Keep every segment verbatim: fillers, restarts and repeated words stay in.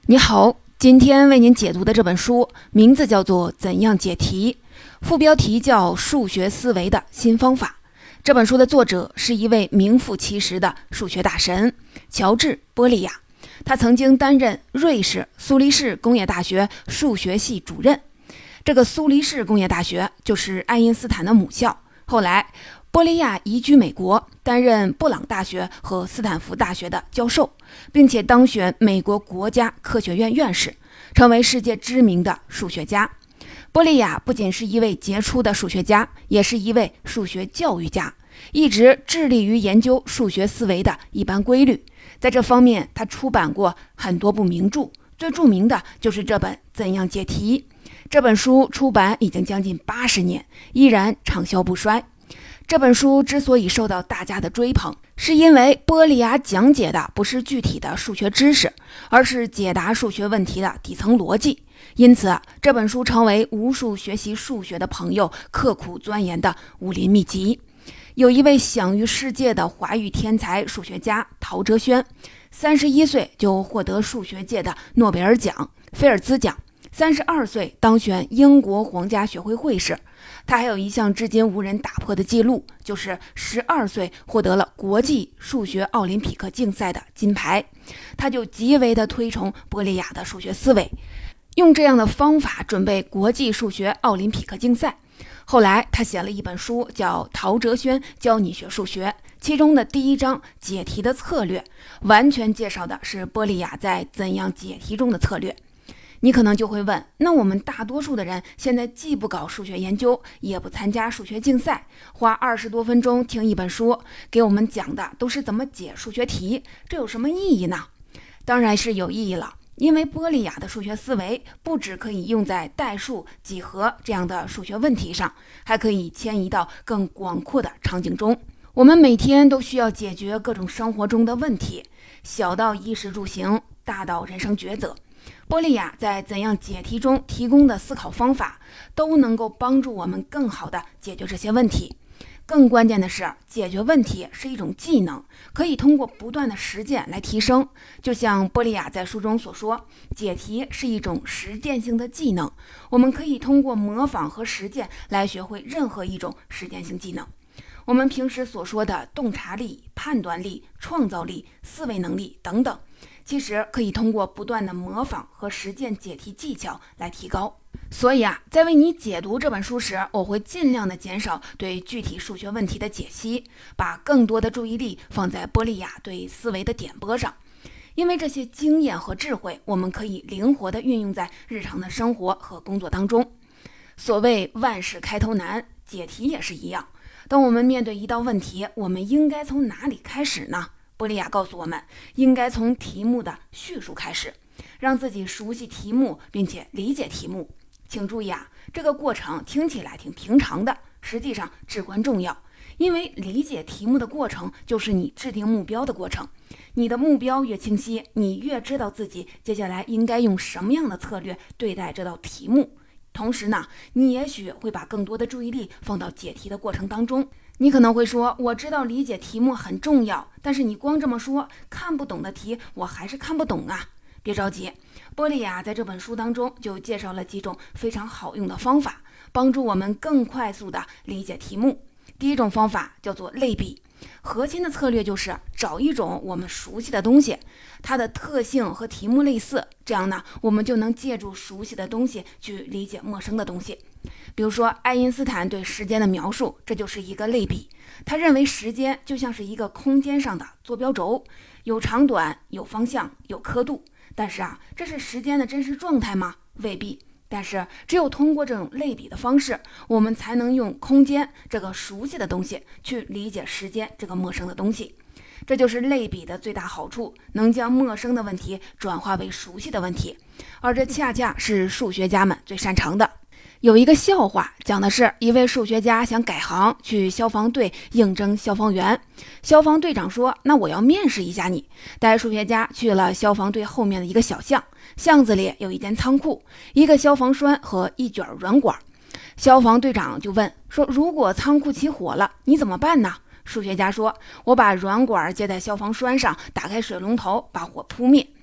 你好，今天为您解读的这本书名字叫做《怎样解题》，副标题叫数学思维的新方法。这本书的作者是一位名副其实的数学大神乔治·波利亚，他曾经担任瑞士苏黎世工业大学数学系主任。这个苏黎世工业大学就是爱因斯坦的母校。后来波利亚移居美国，担任布朗大学和斯坦福大学的教授，并且当选美国国家科学院院士，成为世界知名的数学家。波利亚不仅是一位杰出的数学家，也是一位数学教育家，一直致力于研究数学思维的一般规律。在这方面，他出版过很多部名著，最著名的就是这本《怎样解题》。这本书出版已经将近八十年，依然畅销不衰。这本书之所以受到大家的追捧，是因为波利亚讲解的不是具体的数学知识，而是解答数学问题的底层逻辑。因此，这本书成为无数学习数学的朋友刻苦钻研的武林秘籍。有一位享誉世界的华语天才数学家陶哲轩，三十一岁就获得数学界的诺贝尔奖、菲尔兹奖，三十二岁当选英国皇家学会会士。他还有一项至今无人打破的记录，就是十二岁获得了国际数学奥林匹克竞赛的金牌。他就极为的推崇波利亚的数学思维，用这样的方法准备国际数学奥林匹克竞赛。后来他写了一本书叫《陶哲轩教你学数学》，其中的第一章解题的策略，完全介绍的是波利亚在怎样解题中的策略。你可能就会问，那我们大多数的人现在既不搞数学研究，也不参加数学竞赛，花二十多分钟听一本书，给我们讲的都是怎么解数学题，这有什么意义呢？当然是有意义了，因为波利亚的数学思维不只可以用在代数、几何这样的数学问题上，还可以迁移到更广阔的场景中。我们每天都需要解决各种生活中的问题，小到衣食住行，大到人生抉择。波利亚在怎样解题中提供的思考方法，都能够帮助我们更好地解决这些问题。更关键的是，解决问题是一种技能，可以通过不断的实践来提升。就像波利亚在书中所说，解题是一种实践性的技能，我们可以通过模仿和实践来学会任何一种实践性技能。我们平时所说的洞察力、判断力、创造力、思维能力等等，其实可以通过不断的模仿和实践解题技巧来提高。所以啊，在为你解读这本书时，我会尽量的减少对具体数学问题的解析，把更多的注意力放在波利亚对思维的点拨上。因为这些经验和智慧，我们可以灵活地运用在日常的生活和工作当中。所谓万事开头难，解题也是一样。当我们面对一道问题，我们应该从哪里开始呢？波利亚告诉我们，应该从题目的叙述开始，让自己熟悉题目并且理解题目。请注意啊，这个过程听起来挺平常的，实际上至关重要。因为理解题目的过程就是你制定目标的过程，你的目标越清晰，你越知道自己接下来应该用什么样的策略对待这道题目。同时呢，你也许会把更多的注意力放到解题的过程当中。你可能会说，我知道理解题目很重要，但是你光这么说，看不懂的题我还是看不懂啊。别着急，波利亚在这本书当中就介绍了几种非常好用的方法，帮助我们更快速地理解题目。第一种方法叫做类比，核心的策略就是找一种我们熟悉的东西，它的特性和题目类似，这样呢，我们就能借助熟悉的东西去理解陌生的东西。比如说爱因斯坦对时间的描述，这就是一个类比。他认为时间就像是一个空间上的坐标轴，有长短，有方向，有刻度。但是啊，这是时间的真实状态吗？未必。但是只有通过这种类比的方式，我们才能用空间这个熟悉的东西去理解时间这个陌生的东西。这就是类比的最大好处，能将陌生的问题转化为熟悉的问题，而这恰恰是数学家们最擅长的。有一个笑话，讲的是一位数学家想改行去消防队应征消防员。消防队长说，那我要面试一下你。带数学家去了消防队后面的一个小巷，巷子里有一间仓库，一个消防栓和一卷软管。消防队长就问说，如果仓库起火了，你怎么办呢？数学家说，我把软管接在消防栓上，打开水龙头，把火扑灭。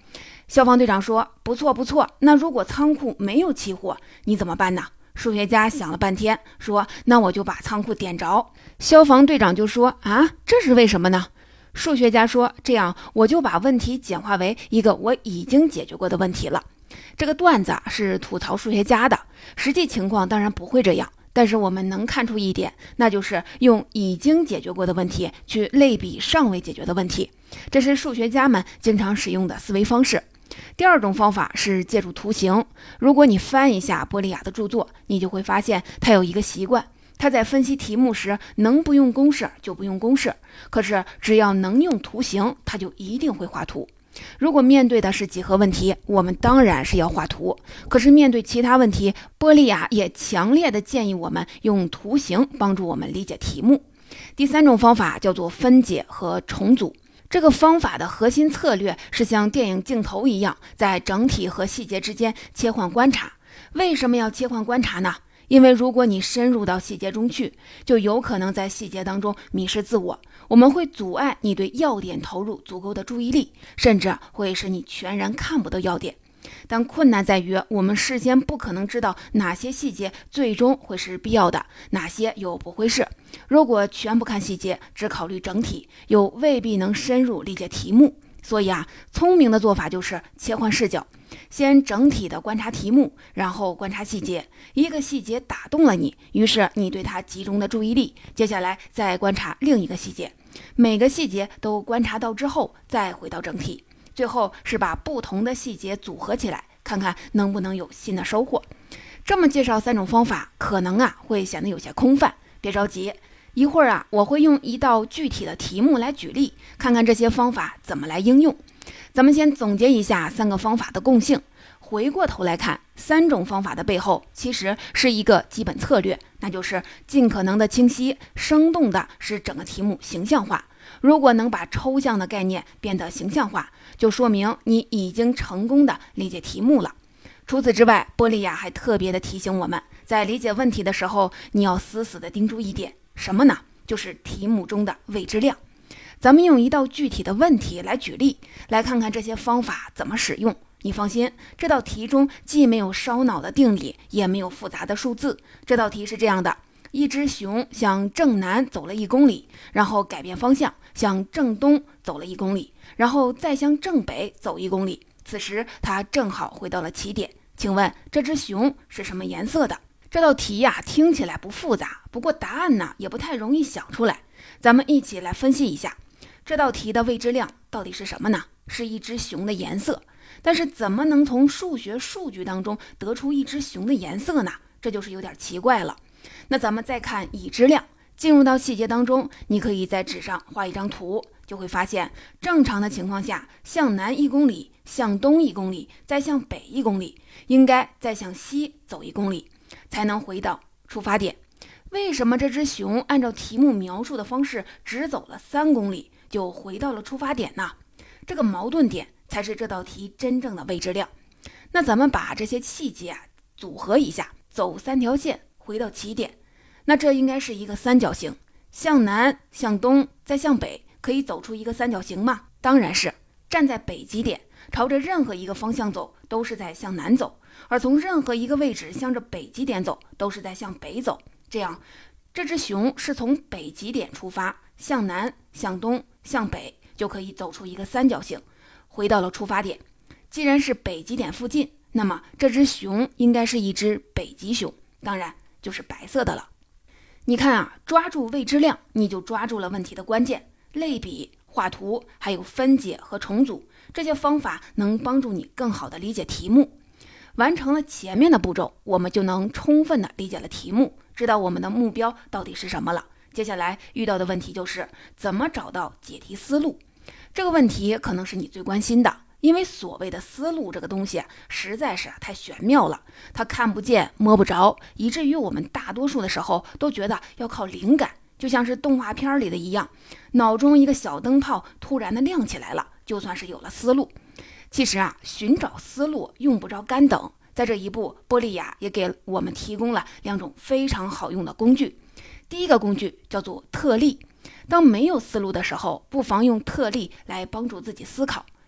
消防队长说：不错不错，那如果仓库没有起火，你怎么办呢？数学家想了半天，说：那我就把仓库点着。消防队长就说：啊，这是为什么呢？数学家说：这样我就把问题简化为一个我已经解决过的问题了。这个段子是吐槽数学家的，实际情况当然不会这样，但是我们能看出一点，那就是用已经解决过的问题去类比尚未解决的问题，这是数学家们经常使用的思维方式。第二种方法是借助图形。如果你翻一下波利亚的著作，你就会发现他有一个习惯，他在分析题目时能不用公式就不用公式，可是只要能用图形，他就一定会画图。如果面对的是几何问题，我们当然是要画图，可是面对其他问题，波利亚也强烈的建议我们用图形帮助我们理解题目。第三种方法叫做分解和重组。这个方法的核心策略是像电影镜头一样，在整体和细节之间切换观察。为什么要切换观察呢？因为如果你深入到细节中去，就有可能在细节当中迷失自我，我们会阻碍你对要点投入足够的注意力，甚至会使你全然看不到要点。但困难在于，我们事先不可能知道哪些细节最终会是必要的，哪些又不会是。如果全不看细节，只考虑整体，又未必能深入理解题目。所以啊，聪明的做法就是切换视角，先整体的观察题目，然后观察细节。一个细节打动了你，于是你对它集中的注意力，接下来再观察另一个细节。每个细节都观察到之后，再回到整体。最后是把不同的细节组合起来，看看能不能有新的收获。这么介绍三种方法，可能啊会显得有些空泛，别着急，一会儿啊我会用一道具体的题目来举例，看看这些方法怎么来应用。咱们先总结一下三个方法的共性。回过头来看，三种方法的背后其实是一个基本策略，那就是尽可能的清晰生动的使整个题目形象化。如果能把抽象的概念变得形象化，就说明你已经成功的理解题目了。除此之外，波利亚还特别的提醒我们，在理解问题的时候，你要死死的盯住一点，什么呢？就是题目中的未知量。咱们用一道具体的问题来举例，来看看这些方法怎么使用。你放心，这道题中既没有烧脑的定理，也没有复杂的数字。这道题是这样的：一只熊向正南走了一公里，然后改变方向，向正东走了一公里，然后再向正北走一公里。此时它正好回到了起点。请问这只熊是什么颜色的？这道题呀、啊，听起来不复杂，不过答案呢也不太容易想出来。咱们一起来分析一下，这道题的未知量到底是什么呢？是一只熊的颜色。但是怎么能从数学数据当中得出一只熊的颜色呢？这就是有点奇怪了。那咱们再看已知量，进入到细节当中，你可以在纸上画一张图，就会发现正常的情况下，向南一公里，向东一公里，再向北一公里，应该再向西走一公里，才能回到出发点。为什么这只熊按照题目描述的方式只走了三公里就回到了出发点呢？这个矛盾点才是这道题真正的未知量。那咱们把这些细节啊组合一下，走三条线回到起点，那这应该是一个三角形，向南向东再向北，可以走出一个三角形吗？当然是。站在北极点，朝着任何一个方向走都是在向南走，而从任何一个位置向着北极点走都是在向北走。这样这只熊是从北极点出发，向南向东向北，就可以走出一个三角形，回到了出发点。既然是北极点附近，那么这只熊应该是一只北极熊，当然就是白色的了。你看啊，抓住未知量，你就抓住了问题的关键。类比、画图，还有分解和重组，这些方法能帮助你更好地理解题目。完成了前面的步骤，我们就能充分地理解了题目，知道我们的目标到底是什么了。接下来遇到的问题就是怎么找到解题思路。这个问题可能是你最关心的，因为所谓的思路这个东西实在是太玄妙了，它看不见摸不着，以至于我们大多数的时候都觉得要靠灵感，就像是动画片里的一样，脑中一个小灯泡突然的亮起来了，就算是有了思路。其实啊，寻找思路用不着干等，在这一步，波利亚也给我们提供了两种非常好用的工具。第一个工具叫做特例。当没有思路的时候，不妨用特例来帮助自己思考。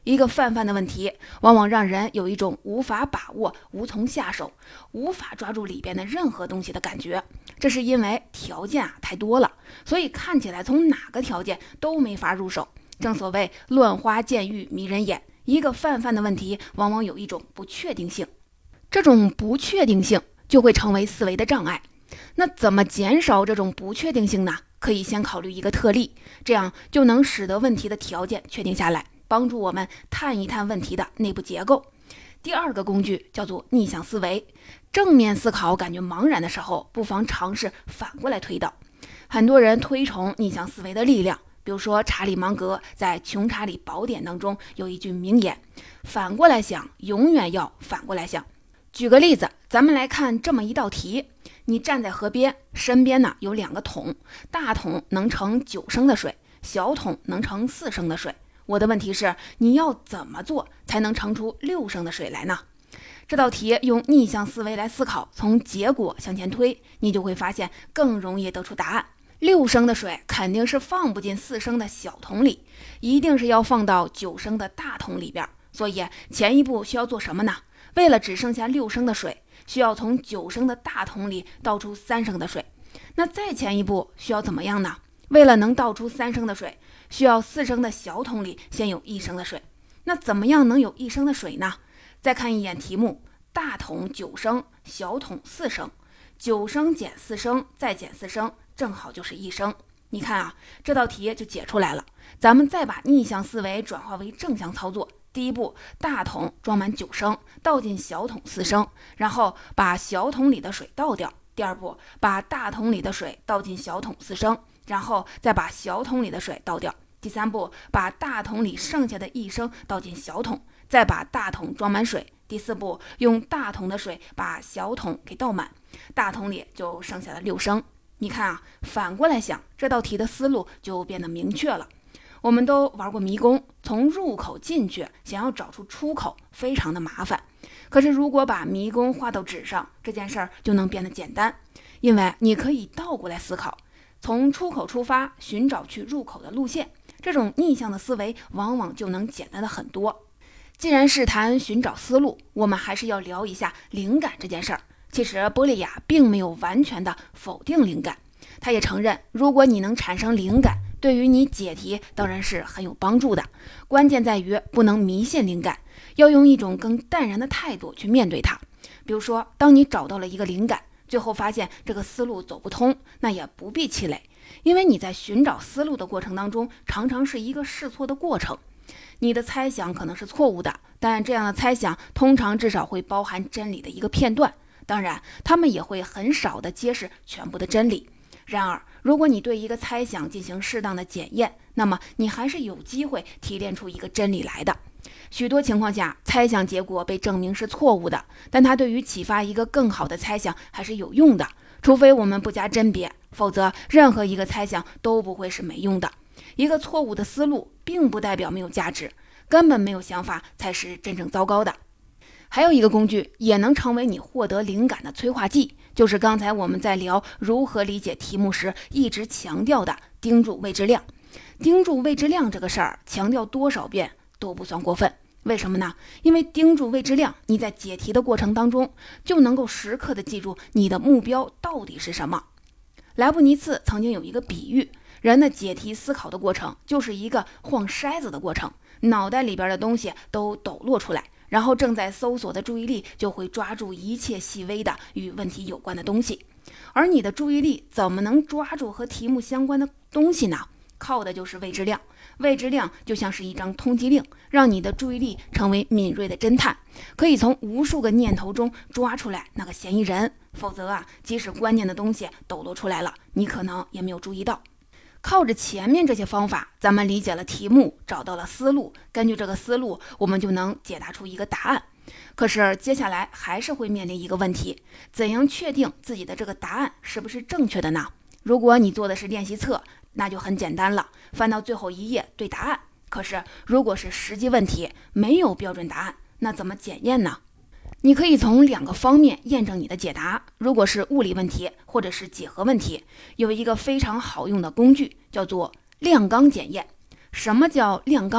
一个泛泛的问题，往往让人有一种无法把握、无从下手、无法抓住里边的任何东西的感觉。这是因为条件啊太多了，所以看起来从哪个条件都没法入手。正所谓乱花渐欲迷人眼，一个泛泛的问题往往有一种不确定性，这种不确定性就会成为思维的障碍。那怎么减少这种不确定性呢？可以先考虑一个特例，这样就能使得问题的条件确定下来，帮助我们探一探问题的内部结构。第二个工具叫做逆向思维。正面思考感觉茫然的时候，不妨尝试反过来推导。很多人推崇逆向思维的力量，比如说查理芒格在《穷查理宝典》当中有一句名言：反过来想，永远要反过来想。举个例子，咱们来看这么一道题，你站在河边，身边呢有两个桶，大桶能盛九升的水，小桶能盛四升的水。我的问题是，你要怎么做才能盛出六升的水来呢？这道题用逆向思维来思考，从结果向前推，你就会发现更容易得出答案。六升的水肯定是放不进四升的小桶里，一定是要放到九升的大桶里边。所以前一步需要做什么呢？为了只剩下六升的水，需要从九升的大桶里倒出三升的水。那再前一步需要怎么样呢？为了能倒出三升的水，需要四升的小桶里先有一升的水。那怎么样能有一升的水呢？再看一眼题目，大桶九升，小桶四升，九升减四升再减四升，正好就是一升。你看啊，这道题就解出来了。咱们再把逆向思维转化为正向操作。第一步，大桶装满九升，倒进小桶四升，然后把小桶里的水倒掉。第二步，把大桶里的水倒进小桶四升，然后再把小桶里的水倒掉。第三步，把大桶里剩下的一升倒进小桶，再把大桶装满水。第四步，用大桶的水把小桶给倒满，大桶里就剩下了六升。你看啊，反过来想，这道题的思路就变得明确了。我们都玩过迷宫，从入口进去，想要找出出口非常的麻烦。可是如果把迷宫画到纸上，这件事儿就能变得简单，因为你可以倒过来思考，从出口出发，寻找去入口的路线。这种逆向的思维往往就能简单的很多。既然是谈寻找思路，我们还是要聊一下灵感这件事儿。其实波利亚并没有完全的否定灵感，他也承认，如果你能产生灵感，对于你解题当然是很有帮助的。关键在于不能迷信灵感，要用一种更淡然的态度去面对它。比如说，当你找到了一个灵感，最后发现这个思路走不通，那也不必气馁，因为你在寻找思路的过程当中，常常是一个试错的过程。你的猜想可能是错误的，但这样的猜想通常至少会包含真理的一个片段，当然他们也会很少的揭示全部的真理。然而，如果你对一个猜想进行适当的检验，那么你还是有机会提炼出一个真理来的。许多情况下，猜想结果被证明是错误的，但它对于启发一个更好的猜想还是有用的。除非我们不加甄别，否则任何一个猜想都不会是没用的。一个错误的思路并不代表没有价值，根本没有想法才是真正糟糕的。还有一个工具也能成为你获得灵感的催化剂，就是刚才我们在聊如何理解题目时一直强调的盯住位置量。盯住位置量这个事儿，强调多少遍都不算过分。为什么呢？因为盯住位置量，你在解题的过程当中就能够时刻的记住你的目标到底是什么。莱布尼茨曾经有一个比喻，人的解题思考的过程就是一个晃筛子的过程，脑袋里边的东西都抖落出来，然后正在搜索的注意力就会抓住一切细微的与问题有关的东西。而你的注意力怎么能抓住和题目相关的东西呢？靠的就是位置量。位置量就像是一张通缉令，让你的注意力成为敏锐的侦探，可以从无数个念头中抓出来那个嫌疑人。否则啊，即使关键的东西抖落出来了，你可能也没有注意到。靠着前面这些方法，咱们理解了题目，找到了思路，根据这个思路，我们就能解答出一个答案。可是接下来还是会面临一个问题，怎样确定自己的这个答案是不是正确的呢？如果你做的是练习册，那就很简单了，翻到最后一页对答案。可是如果是实际问题，没有标准答案，那怎么检验呢？你可以从两个方面验证你的解答。如果是物理问题或者是几何问题，有一个非常好用的工具叫做量纲检验。什么叫量纲呢？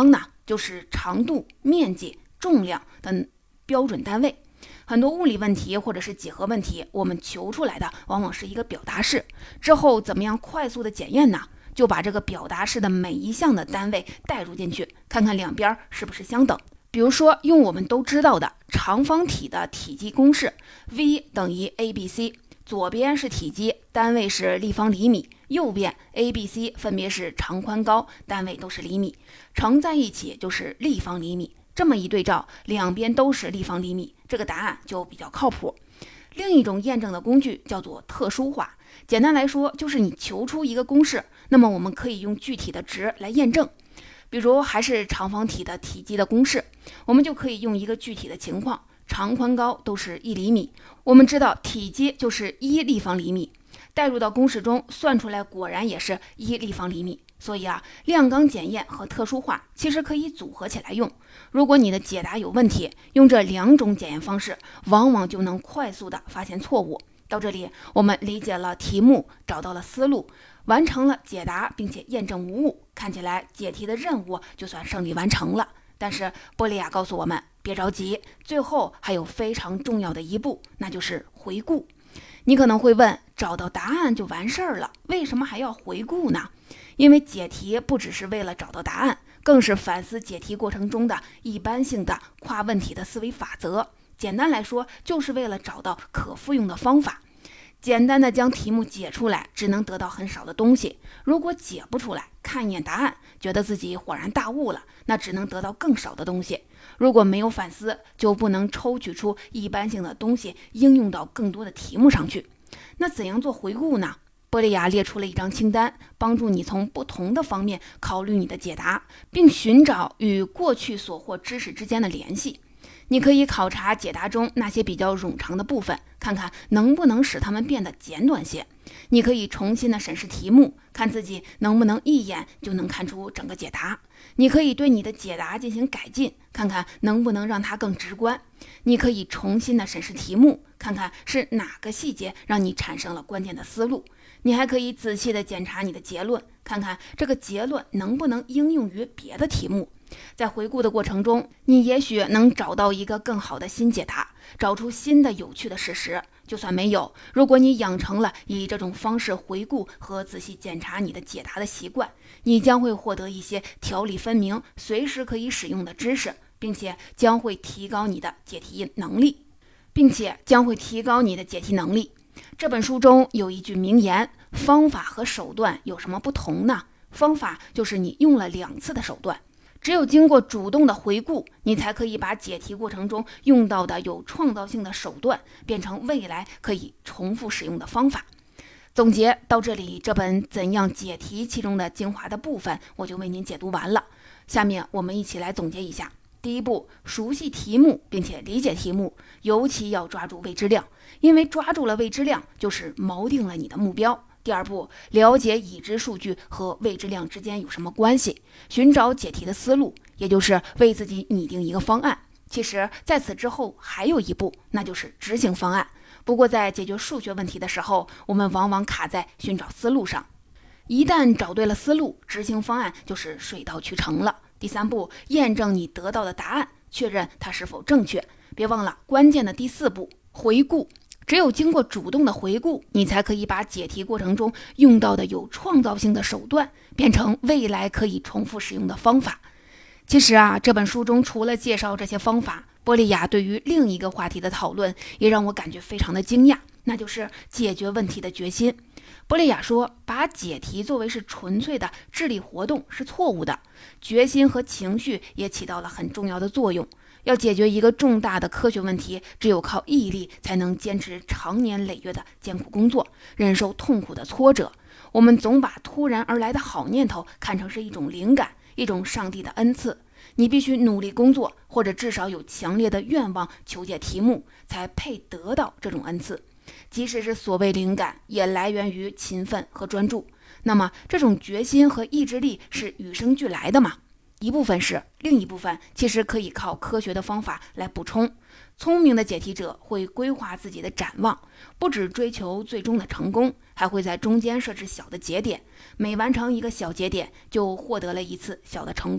就是长度、面积、重量等标准单位。很多物理问题或者是几何问题，我们求出来的往往是一个表达式，之后怎么样快速的检验呢？就把这个表达式的每一项的单位代入进去，看看两边是不是相等。比如说，用我们都知道的长方体的体积公式 V 等于 A B C， 左边是体积，单位是立方厘米，右边 A B C 分别是长宽高，单位都是厘米，乘在一起就是立方厘米。这么一对照，两边都是立方厘米，这个答案就比较靠谱。另一种验证的工具叫做特殊化，简单来说就是你求出一个公式，那么我们可以用具体的值来验证。比如还是长方体的体积的公式，我们就可以用一个具体的情况，长宽高都是一厘米，我们知道体积就是一立方厘米，带入到公式中算出来果然也是一立方厘米。所以啊，量纲检验和特殊化其实可以组合起来用。如果你的解答有问题，用这两种检验方式，往往就能快速的发现错误。到这里，我们理解了题目，找到了思路，完成了解答，并且验证无误，看起来解题的任务就算胜利完成了。但是波利亚告诉我们，别着急，最后还有非常重要的一步，那就是回顾。你可能会问，找到答案就完事儿了，为什么还要回顾呢？因为解题不只是为了找到答案，更是反思解题过程中的一般性的跨问题的思维法则。简单来说，就是为了找到可复用的方法。简单的将题目解出来，只能得到很少的东西。如果解不出来，看一眼答案，觉得自己恍然大悟了，那只能得到更少的东西。如果没有反思，就不能抽取出一般性的东西，应用到更多的题目上去。那怎样做回顾呢？波利亚列出了一张清单，帮助你从不同的方面考虑你的解答，并寻找与过去所获知识之间的联系。你可以考察解答中那些比较冗长的部分，看看能不能使它们变得简短些。你可以重新的审视题目，看自己能不能一眼就能看出整个解答。你可以对你的解答进行改进，看看能不能让它更直观。你可以重新的审视题目，看看是哪个细节让你产生了关键的思路。你还可以仔细的检查你的结论，看看这个结论能不能应用于别的题目。在回顾的过程中，你也许能找到一个更好的新解答，找出新的有趣的事实。就算没有，如果你养成了以这种方式回顾和仔细检查你的解答的习惯，你将会获得一些条理分明、随时可以使用的知识，并且将会提高你的解题能力，并且将会提高你的解题能力。这本书中有一句名言：方法和手段有什么不同呢？方法就是你用了两次的手段。只有经过主动的回顾，你才可以把解题过程中用到的有创造性的手段变成未来可以重复使用的方法。总结到这里，这本《怎样解题》其中的精华的部分我就为您解读完了。下面我们一起来总结一下。第一步，熟悉题目并且理解题目，尤其要抓住未知量，因为抓住了未知量就是锚定了你的目标。第二步，了解已知数据和未知量之间有什么关系，寻找解题的思路，也就是为自己拟定一个方案。其实在此之后还有一步，那就是执行方案。不过在解决数学问题的时候，我们往往卡在寻找思路上，一旦找对了思路，执行方案就是水到渠成了。第三步，验证你得到的答案，确认它是否正确。别忘了关键的第四步，回顾。只有经过主动的回顾，你才可以把解题过程中用到的有创造性的手段变成未来可以重复使用的方法。其实啊，这本书中除了介绍这些方法，波利亚对于另一个话题的讨论也让我感觉非常的惊讶，那就是解决问题的决心。波利亚说，把解题作为是纯粹的智力活动是错误的，决心和情绪也起到了很重要的作用。要解决一个重大的科学问题，只有靠毅力才能坚持长年累月的艰苦工作，忍受痛苦的挫折。我们总把突然而来的好念头看成是一种灵感，一种上帝的恩赐。你必须努力工作，或者至少有强烈的愿望求解题目，才配得到这种恩赐。即使是所谓灵感，也来源于勤奋和专注。那么这种决心和意志力是与生俱来的吗？一部分是，另一部分其实可以靠科学的方法来补充。聪明的解题者会规划自己的展望，不只追求最终的成功，还会在中间设置小的节点，每完成一个小节点就获得了一次小的成功。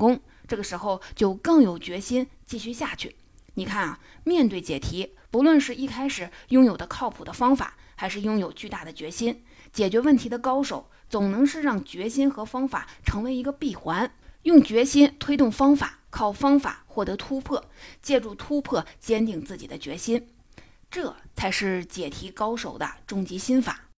这个时候就更有决心继续下去。你看啊，面对解题，不论是一开始拥有的靠谱的方法，还是拥有巨大的决心，解决问题的高手总能是让决心和方法成为一个闭环，用决心推动方法，靠方法获得突破，借助突破坚定自己的决心。这才是解题高手的终极心法。